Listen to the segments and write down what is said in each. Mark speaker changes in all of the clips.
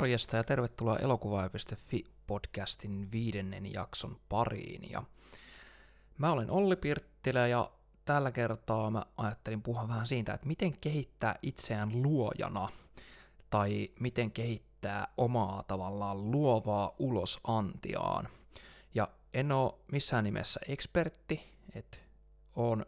Speaker 1: Morjesta ja tervetuloa elokuvaaja.fi-podcastin 5. jakson pariin. Ja mä olen Olli Pirttilä ja tällä kertaa mä ajattelin puhua vähän siitä, että miten kehittää itseään luojana tai miten kehittää omaa tavallaan luovaa ulosantiaan. Ja en oo missään nimessä ekspertti, että on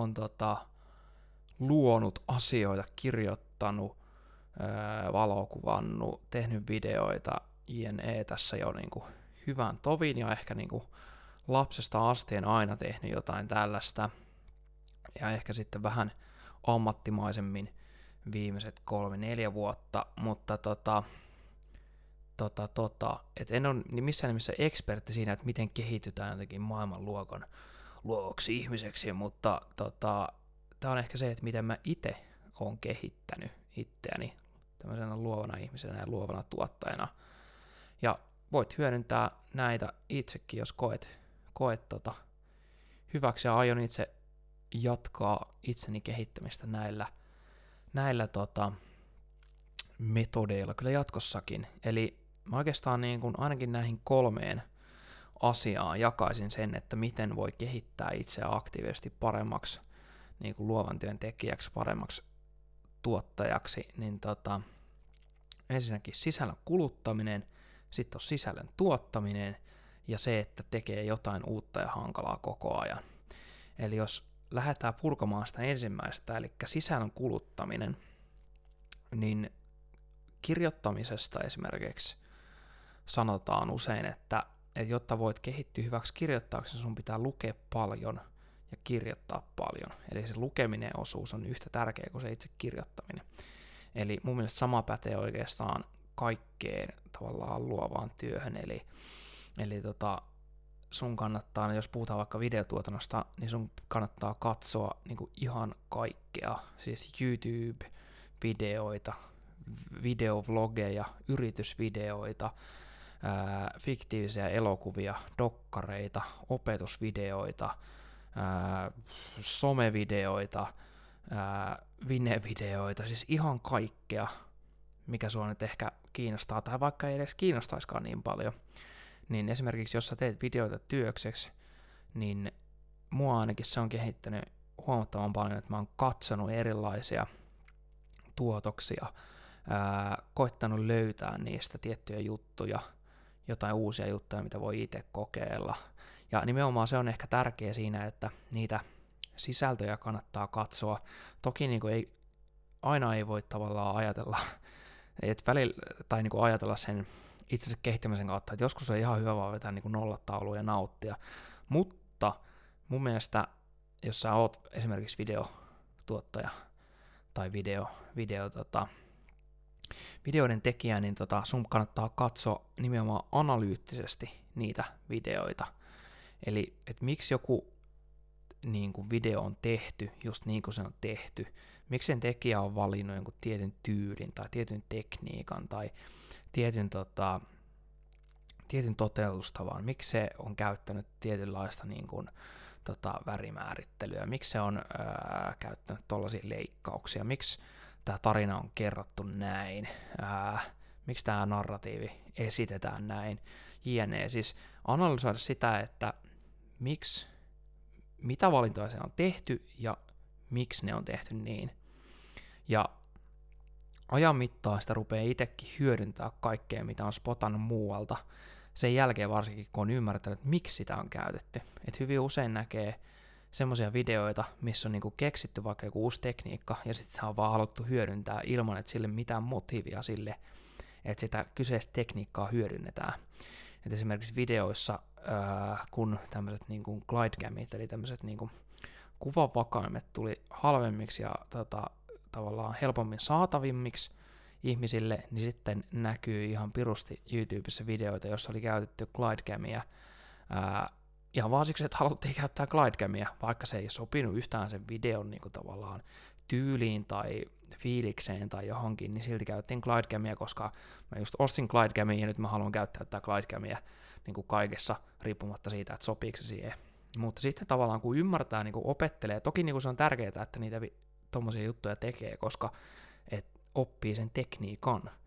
Speaker 1: luonut asioita, kirjoittanut, valokuvannut, tehnyt videoita, jne. Tässä jo niinku hyvän tovin ja ehkä niinku lapsesta asti en aina tehnyt jotain tällaista. Ja ehkä sitten vähän ammattimaisemmin viimeiset 3-4 vuotta, mutta et en ole missään nimessä ekspertti siinä, että miten kehitytään jotenkin maailmanluokan luovaksi ihmiseksi, mutta tää on ehkä se, että miten mä itse oon kehittänyt itseäni tämmöisenä luovana ihmisenä ja luovana tuottajana. Ja voit hyödyntää näitä itsekin, jos koet hyväksi, ja aion itse jatkaa itseni kehittämistä näillä metodeilla kyllä jatkossakin. Eli mä oikeastaan niin kuin ainakin näihin 3 asiaan jakaisin sen, että miten voi kehittää itseä aktiivisesti paremmaksi niin kuin luovan työn tekijäksi, paremmaksi tuottajaksi, niin ensinnäkin sisällön kuluttaminen, sitten on sisällön tuottaminen ja se, että tekee jotain uutta ja hankalaa koko ajan. Eli jos lähdetään purkamaan sitä ensimmäistä, eli sisällön kuluttaminen, niin kirjoittamisesta esimerkiksi sanotaan usein, että jotta voit kehittyä hyväksi kirjoittajaksi, sun pitää lukea paljon ja kirjoittaa paljon. Eli se lukeminen osuus on yhtä tärkeä kuin se itse kirjoittaminen. Eli mun mielestä sama pätee oikeastaan kaikkeen tavallaan luovaan työhön. Eli sun kannattaa, jos puhutaan vaikka videotuotannosta, niin sun kannattaa katsoa niin kuin ihan kaikkea. Siis YouTube-videoita, videovlogeja, yritysvideoita, fiktiivisiä elokuvia, dokkareita, opetusvideoita, somevideoita, Vine-videoita, siis ihan kaikkea, mikä sua nyt ehkä kiinnostaa, tai vaikka ei edes kiinnostaiskaan niin paljon, niin esimerkiksi jos sä teet videoita työkseksi, niin mua ainakin se on kehittänyt huomattavan paljon, että mä oon katsonut erilaisia tuotoksia, koittanut löytää niistä tiettyjä juttuja, jotain uusia juttuja, mitä voi itse kokeilla. Ja nimenomaan se on ehkä tärkeä siinä, että niitä sisältöjä kannattaa katsoa. Toki niin kuin aina ei voi tavallaan ajatella, että välillä, tai niin kuin ajatella sen itsensä kehittämisen kautta, että joskus on ihan hyvä vaan vetää niin kuin nollatauluja ja nauttia. Mutta mun mielestä, jos sä oot esimerkiksi videotuottaja tai videoiden tekijä, niin sun kannattaa katsoa nimenomaan analyyttisesti niitä videoita. Eli että miksi joku niin kuin video on tehty just niin kuin se on tehty, miksi sen tekijä on valinnut jonkun tietyn tyylin tai tietyn tekniikan tai tietyn toteutustavan, miksi se on käyttänyt tietynlaista niin kuin, värimäärittelyä, miksi se on käyttänyt tollaisia leikkauksia, miksi tämä tarina on kerrottu näin, miksi tämä narratiivi esitetään näin, jne. Siis analysoida sitä, että mitä valintoja se on tehty ja miksi ne on tehty niin. Ja ajan mittaan sitä rupeaa itsekin hyödyntää kaikkea, mitä on spotannut muualta. Sen jälkeen varsinkin, kun on ymmärtänyt, että miksi sitä on käytetty. Et hyvin usein näkee semmoisia videoita, missä on niinku keksitty vaikka joku uusi tekniikka, ja sitten se on vaan haluttu hyödyntää ilman, että sille mitään motiivia sille, että sitä kyseistä tekniikkaa hyödynnetään. Et esimerkiksi videoissa, kun tämmöiset niinku glidecamit, eli tämmöiset niinku kuvanvakaimet tuli halvemmiksi ja tavallaan helpommin saatavimmiksi ihmisille, niin sitten näkyy ihan pirusti YouTubessa videoita, joissa oli käytetty glidecamia, ihan vaan siksi, että haluttiin käyttää glidecamia, vaikka se ei sopinut yhtään sen videon niin kuin tavallaan tyyliin tai fiilikseen tai johonkin, niin silti käytettiin glidecamia, koska mä just ostin glidecamia ja nyt mä haluan käyttää tätä glidecamia niin kuin kaikessa, riippumatta siitä, että sopiiko se siihen. Mutta sitten tavallaan kun ymmärtää, niin kuin opettelee, toki niin kuin se on tärkeää, että niitä tommosia juttuja tekee, koska et oppii sen tekniikan.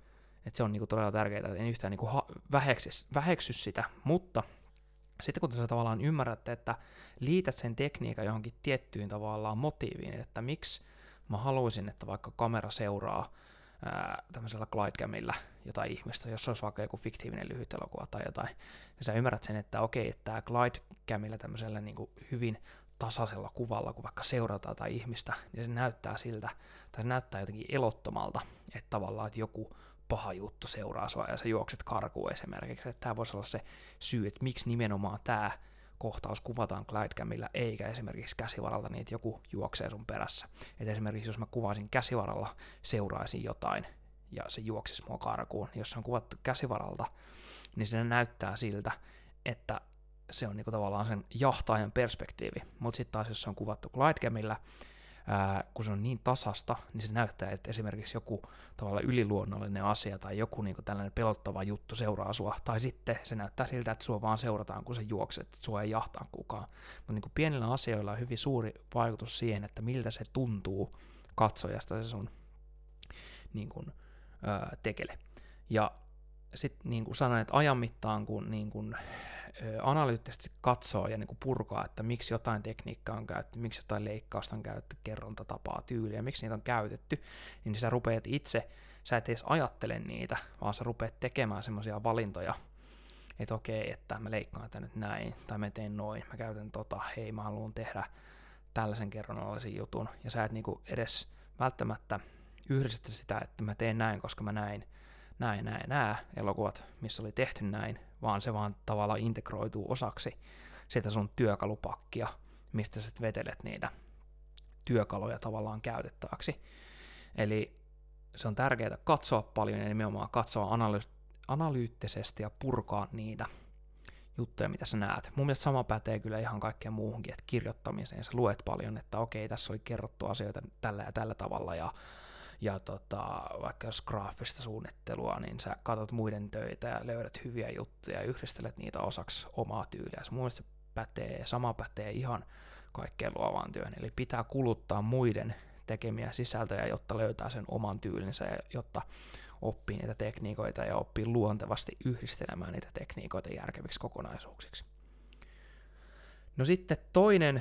Speaker 1: Että se on niinku todella tärkeää, että en yhtään niinku väheksy sitä, mutta sitten kun sä tavallaan ymmärrätte, että liität sen tekniikan johonkin tiettyyn tavallaan motiiviin, että miksi mä haluaisin, että vaikka kamera seuraa tämmöisellä glidecamilla jotain ihmistä, jos se olisi vaikka joku fiktiivinen lyhyt elokuva tai jotain, niin sä ymmärrät sen, että okei, että tämä glidecamilla tämmöisellä niinku hyvin tasaisella kuvalla, kun vaikka seurataan tai ihmistä, niin se näyttää siltä, tai se näyttää jotenkin elottomalta, että tavallaan, että joku paha juttu seuraa sua ja sä juokset karkuun esimerkiksi, että tämä voisi olla se syy, että miksi nimenomaan tämä kohtaus kuvataan glidecamilla eikä esimerkiksi käsivaralta niin, että joku juoksee sun perässä. Että esimerkiksi jos mä kuvaisin käsivaralla, seuraisin jotain ja se juoksisi mua karkuun, jos se on kuvattu käsivaralta, niin se näyttää siltä, että se on niinku tavallaan sen jahtaajan perspektiivi, mutta sitten taas jos se on kuvattu glidecamilla, kun se on niin tasasta, niin se näyttää, että esimerkiksi joku tavallaan yliluonnollinen asia tai joku niinku tällainen pelottava juttu seuraa sua, tai sitten se näyttää siltä, että sua vaan seurataan, kun sä juokset, että sua ei jahtaa kukaan. Mutta niinku pienillä asioilla on hyvin suuri vaikutus siihen, että miltä se tuntuu katsojasta se sun niinku, tekele. Ja sitten niin kuin sanoin, että ajan mittaan, kun niin kuin, analyyttisesti katsoo ja niin kuin purkaa, että miksi jotain tekniikkaa on käytetty, miksi jotain leikkausta on käytetty, kerrontatapaa, tyyliä, miksi niitä on käytetty, niin sä rupeat itse, sä et edes ajattele niitä, vaan sä rupeat tekemään semmoisia valintoja, että okei, että mä leikkaan tätä nyt näin, tai mä teen noin, mä käytän hei, mä haluan tehdä tällaisen kerronnallisen jutun, ja sä et niin kuin edes välttämättä yhdistä sitä, että mä teen näin, koska mä näin nämä elokuvat, missä oli tehty näin, vaan se vaan tavallaan integroituu osaksi sitä sun työkalupakkia, mistä sä vetelet niitä työkaluja tavallaan käytettäväksi. Eli se on tärkeää katsoa paljon ja nimenomaan katsoa analyyttisesti ja purkaa niitä juttuja, mitä sä näet. Mun mielestä sama pätee kyllä ihan kaikkeen muuhunkin, että kirjoittamiseen sä luet paljon, että okei, tässä oli kerrottu asioita tällä ja tällä tavalla, ja vaikka jos graafista suunnittelua, niin sä katsot muiden töitä ja löydät hyviä juttuja ja yhdistelet niitä osaksi omaa tyyliä. Mun mielestä sama pätee ihan kaikkeen luovaan työhön. Eli pitää kuluttaa muiden tekemiä sisältöjä, jotta löytää sen oman tyylinsä ja jotta oppii niitä tekniikoita ja oppii luontevasti yhdistelemään niitä tekniikoita järkeviksi kokonaisuuksiksi. No sitten toinen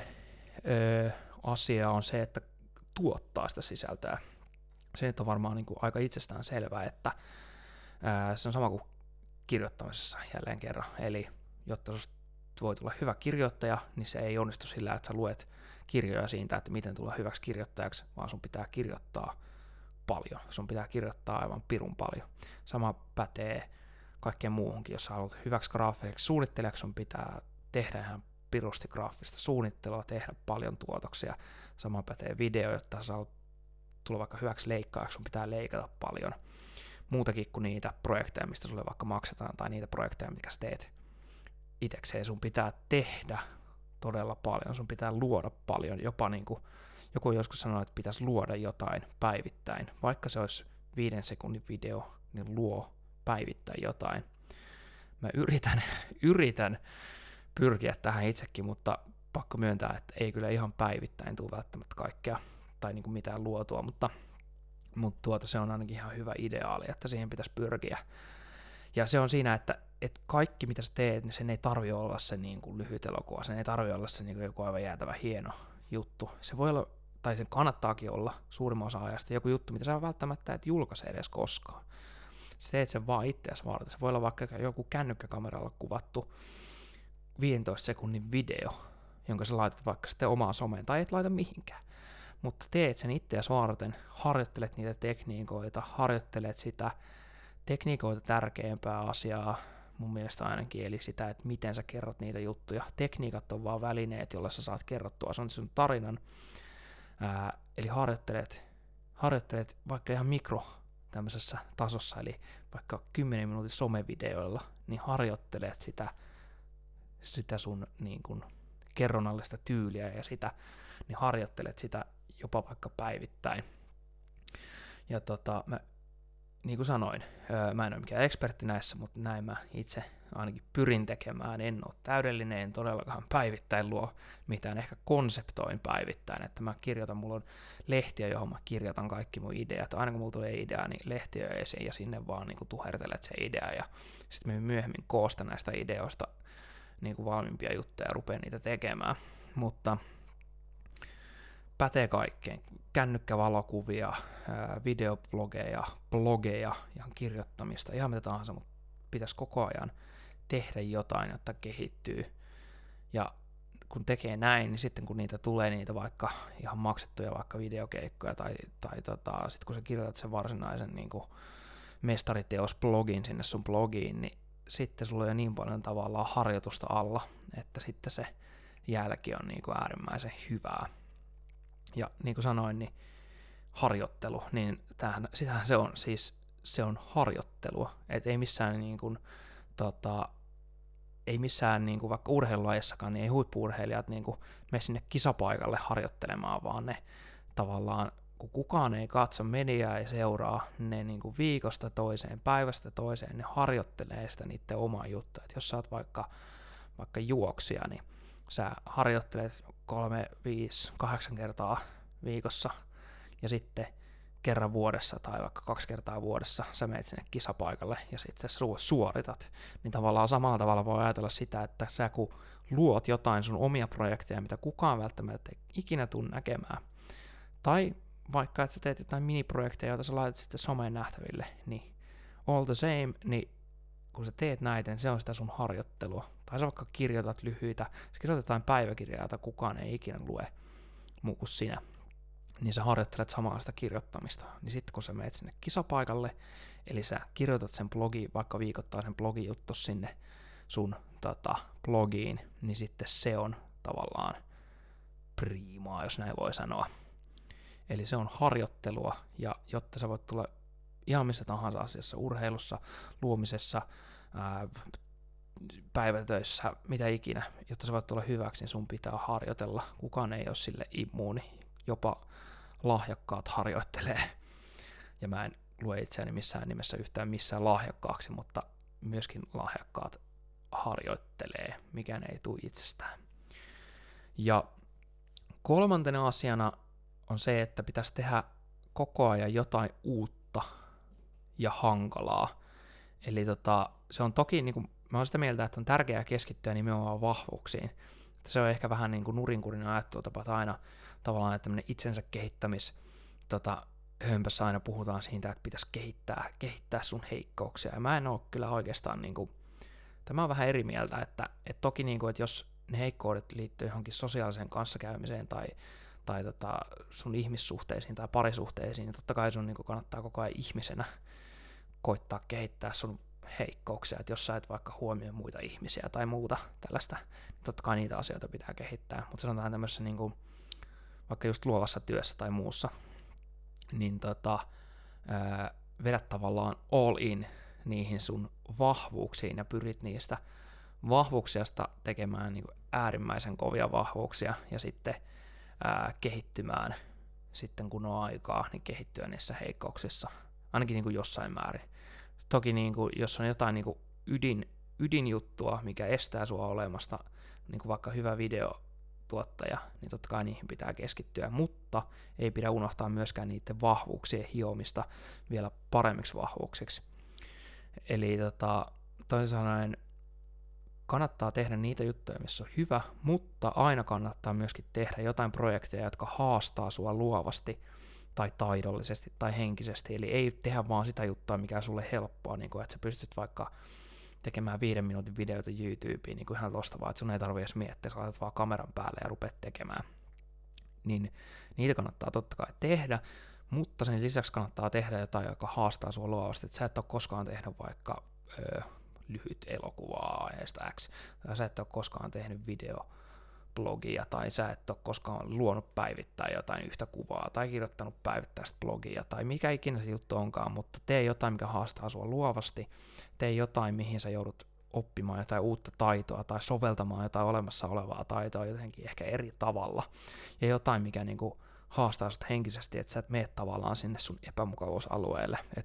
Speaker 1: asia on se, että tuottaa sitä sisältöä. Se nyt on varmaan niin kuin aika itsestään selvää, että se on sama kuin kirjoittamisessa jälleen kerran. Eli jotta voi tulla hyvä kirjoittaja, niin se ei onnistu sillä, että sä luet kirjoja siitä, että miten tulla hyväksi kirjoittajaksi, vaan sun pitää kirjoittaa paljon. Sun pitää kirjoittaa aivan pirun paljon. Sama pätee kaikkeen muuhunkin. Jos sä haluat hyväksi graafiseksi suunnittelijaksi, sun pitää tehdä ihan pirusti graafista suunnittelua, tehdä paljon tuotoksia. Sama pätee video, jotta sä haluat tulla vaikka hyväksi leikkaajaksi, sun pitää leikata paljon. Muutakin kuin niitä projekteja, mistä sulle vaikka maksetaan, tai niitä projekteja, mitkä sä teet itekseen. Sun pitää tehdä todella paljon, sun pitää luoda paljon. Jopa niin kuin joku joskus sanoi, että pitäisi luoda jotain päivittäin. Vaikka se olisi 5 sekunnin video, niin luo päivittäin jotain. Mä yritän pyrkiä tähän itsekin, mutta pakko myöntää, että ei kyllä ihan päivittäin tule välttämättä kaikkea tai niin kuin mitään luotua, mutta se on ainakin ihan hyvä ideaali, että siihen pitäisi pyrkiä. Ja se on siinä, että kaikki mitä sä teet, niin sen ei tarvitse olla se niin kuin lyhyt elokuva, sen ei tarvitse olla se niin kuin joku aivan jäätävä hieno juttu. Se voi olla, tai sen kannattaakin olla suurimman osa ajasta joku juttu, mitä sä välttämättä et julkaise edes koskaan. Sä teet sen vaan itseäsi varten. Se voi olla vaikka joku kännykkäkameralla kuvattu 15 sekunnin video, jonka sä laitat vaikka sitten omaan someen, tai et laita mihinkään. Mutta teet sen itseäsi varten, harjoittelet niitä tekniikoita, harjoittelet sitä tekniikoita tärkeämpää asiaa, mun mielestä ainakin, eli sitä, että miten sä kerrot niitä juttuja. Tekniikat on vaan välineet, joilla sä saat kerrottua sun tarinan. Eli harjoittelet vaikka ihan mikro tämmöisessä tasossa, eli vaikka 10 minuutin somevideoilla, niin harjoittelet sitä sun niin kun kerronnallista tyyliä ja sitä, niin harjoittelet sitä jopa vaikka päivittäin. Ja niin kuin sanoin, mä en ole mikään ekspertti näissä, mutta näin mä itse ainakin pyrin tekemään. En ole täydellinen, en todellakaan päivittäin luo mitään, ehkä konseptoin päivittäin, että mä kirjoitan, mulla on lehtiä, johon mä kirjoitan kaikki mun ideat. Aina kun mulla tulee idea, niin lehtiö esiin ja sinne vaan niin kuin tuhertelet se idea ja sitten mä myöhemmin koostan näistä ideoista niin kuin valmiimpia juttuja ja rupean niitä tekemään, mutta pätee kaikkeen. Kännykkävalokuvia, videoblogeja, blogeja, ihan kirjoittamista, ihan mitä tahansa, mutta pitäisi koko ajan tehdä jotain, jotta kehittyy. Ja kun tekee näin, niin sitten kun niitä tulee niitä vaikka ihan maksettuja vaikka videokeikkoja tai sitten kun sä kirjoitat sen varsinaisen niin kuin mestariteosblogin sinne sun blogiin, niin sitten sulla on jo niin paljon tavallaan harjoitusta alla, että sitten se jälki on niin kuin äärimmäisen hyvää. Ja niin kuin sanoin, niin harjoittelu, niin sitähän se on, siis se on harjoittelua, että ei missään niin kuin, ei missään niin kuin vaikka urheilulajissakaan, niin ei huippu-urheilijat niin kuin mene sinne kisapaikalle harjoittelemaan, vaan ne tavallaan, kun kukaan ei katso mediaa ja seuraa, ne niin kuin viikosta toiseen, päivästä toiseen, ne harjoittelee sitä niiden omaa juttua. Et jos sä oot vaikka juoksija, niin sä harjoittelet 3, 5, 8 kertaa viikossa ja sitten kerran vuodessa tai vaikka 2 kertaa vuodessa sä menet sinne kisapaikalle ja sitten sä suoritat, niin tavallaan samalla tavalla voi ajatella sitä, että sä kun luot jotain sun omia projekteja, mitä kukaan välttämättä ei ikinä tule näkemään, tai vaikka että sä teet jotain miniprojekteja, joita sä laitat sitten someen nähtäville, niin all the same, niin kun sä teet näitä, niin se on sitä sun harjoittelua. Tai sä vaikka kirjoitat lyhyitä, sä kirjoitat jotain päiväkirjaa, jota kukaan ei ikinä lue muu kuin sinä, niin sä harjoittelet samaa sitä kirjoittamista. Niin sitten kun sä menet sinne kisapaikalle, eli sä kirjoitat sen blogiin, vaikka viikoittaisen blogijuttu sinne sun blogiin, niin sitten se on tavallaan priimaa, jos näin voi sanoa. Eli se on harjoittelua, ja jotta sä voit tulla ihan missä tahansa asiassa, urheilussa, luomisessa, päivätöissä, mitä ikinä, jotta sä voit tulla hyväksi, niin sun pitää harjoitella. Kukaan ei ole sille immuuni, jopa lahjakkaat harjoittelee. Ja mä en lue itseäni missään nimessä yhtään missään lahjakkaaksi, mutta myöskin lahjakkaat harjoittelee, mikään ei tule itsestään. Ja kolmantena asiana on se, että pitäisi tehdä koko ajan jotain uutta ja hankalaa. Eli se on toki, niin kuin, mä oon sitä mieltä, että on tärkeää keskittyä nimenomaan vahvuuksiin. Että se on ehkä vähän niin kuin nurinkurinen ajattelutapa, että aina tavallaan että tämmöinen itsensä kehittämis hömpössä aina puhutaan siitä, että pitäisi kehittää sun heikkouksia. Ja mä en ole kyllä oikeastaan, niin kuin, tämä on vähän eri mieltä, että toki niin kuin, että jos ne heikkoudet liittyy johonkin sosiaaliseen kanssakäymiseen tai sun ihmissuhteisiin tai parisuhteisiin, niin totta kai sun niin kuin kannattaa koko ajan ihmisenä koittaa kehittää sun heikkouksia, että jos sä et vaikka huomioi muita ihmisiä tai muuta tällaista, niin totta kai niitä asioita pitää kehittää, mutta sanotaan tämmöisessä niin kuin, vaikka just luovassa työssä tai muussa, niin vedät tavallaan all in niihin sun vahvuuksiin ja pyrit niistä vahvuuksista tekemään niin kuin äärimmäisen kovia vahvuuksia ja sitten kehittymään sitten kun on aikaa, niin kehittyä niissä heikkouksissa, ainakin niin kuin jossain määrin. Toki niin kuin, jos on jotain niin kuin ydinjuttua, mikä estää sua olemasta, niin kuin vaikka hyvä videotuottaja, niin totta kai niihin pitää keskittyä, mutta ei pidä unohtaa myöskään niiden vahvuuksien hiomista vielä paremmiksi vahvuuksiksi. Eli toisin sanoen kannattaa tehdä niitä juttuja, missä on hyvä, mutta aina kannattaa myöskin tehdä jotain projekteja, jotka haastaa sua luovasti tai taidollisesti tai henkisesti. Eli ei tehdä vaan sitä juttua, mikä on sulle helppoa, niin kuin, että sä pystyt vaikka tekemään 5 minuutin videota YouTubeen niin kuin ihan loistavaa, että sun ei tarvitse edes miettiä, sä laitat vaan kameran päälle ja rupeat tekemään. Niin niitä kannattaa totta kai tehdä, mutta sen lisäksi kannattaa tehdä jotain, joka haastaa sua luovasti, että sä et ole koskaan tehnyt vaikka lyhyt elokuvaa aiheesta X, tai sä et ole koskaan tehnyt videoblogia, tai sä et ole koskaan luonut päivittäin jotain yhtä kuvaa, tai kirjoittanut päivittäistä blogia, tai mikä ikinä se juttu onkaan, mutta tee jotain, mikä haastaa sua luovasti, tee jotain, mihin sä joudut oppimaan jotain uutta taitoa, tai soveltamaan jotain olemassa olevaa taitoa jotenkin ehkä eri tavalla, ja jotain, mikä niinku haastaa sut henkisesti, että sä et mene tavallaan sinne sun epämukavuusalueelle, että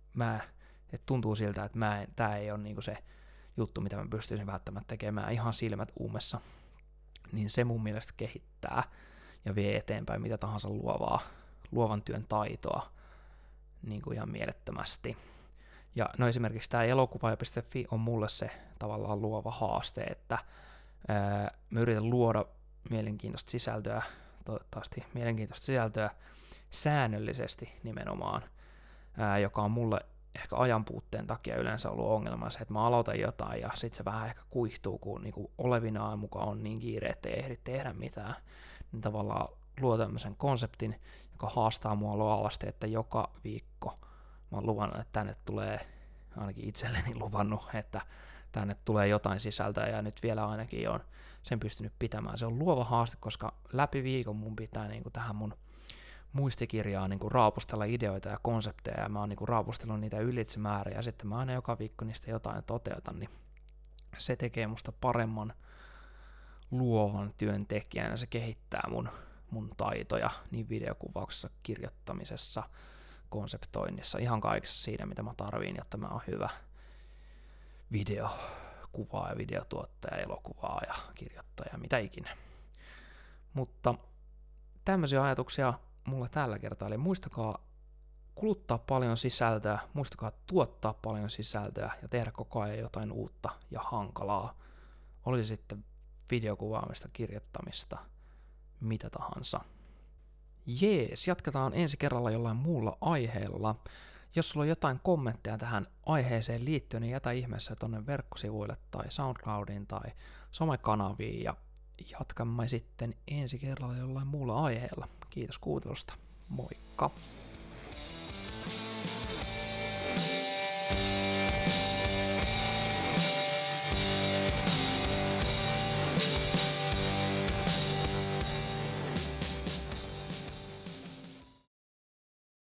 Speaker 1: että tuntuu siltä, että tää ei ole niinku se juttu, mitä mä pystyisin välttämättä tekemään ihan silmät uumessa, niin se mun mielestä kehittää ja vie eteenpäin mitä tahansa luovan työn taitoa niin kuin ihan mielettömästi. Ja no esimerkiksi tämä elokuvaaja.fi on mulle se tavallaan luova haaste, että mä yritän luoda mielenkiintoista sisältöä, toivottavasti mielenkiintoista sisältöä säännöllisesti nimenomaan, joka on mulle ehkä ajanpuutteen takia yleensä ollut ongelma se, että mä aloitan jotain ja sit se vähän ehkä kuihtuu, kun niinku olevinaan mukaan on niin kiire, ettei ehdi tehdä mitään. Niin tavallaan luo tämmöisen konseptin, joka haastaa mua luovasti, että joka viikko mä oon luvannut, että tänne tulee, ainakin itselleni luvannut, että tänne tulee jotain sisältöä ja nyt vielä ainakin on sen pystynyt pitämään. Se on luova haaste, koska läpi viikon mun pitää niinku tähän mun muistikirjaan niinku raapustella ideoita ja konsepteja, ja mä oon niinku raapustellut niitä ylitsemäärin, ja sitten mä aina joka viikko niistä jotain toteutan, niin se tekee musta paremman luovan työntekijänä, se kehittää mun taitoja niin videokuvauksessa, kirjoittamisessa, konseptoinnissa, ihan kaikessa siinä, mitä mä tarviin, jotta mä oon hyvä videokuvaaja, videotuottaja, elokuvaaja, kirjoittaja, mitä ikinä. Mutta tämmöisiä ajatuksia mulla tällä kertaa, eli muistakaa kuluttaa paljon sisältöä, muistakaa tuottaa paljon sisältöä ja tehdä koko ajan jotain uutta ja hankalaa. Oli sitten videokuvaamista, kirjoittamista, mitä tahansa. Jees, jatketaan ensi kerralla jollain muulla aiheella. Jos sulla on jotain kommentteja tähän aiheeseen liittyen, niin jätä ihmeessä tonne verkkosivuille tai SoundCloudiin tai somekanaviin ja jatkamme sitten ensi kerralla jollain muulla aiheella. Kiitos kuuntelusta. Moikka!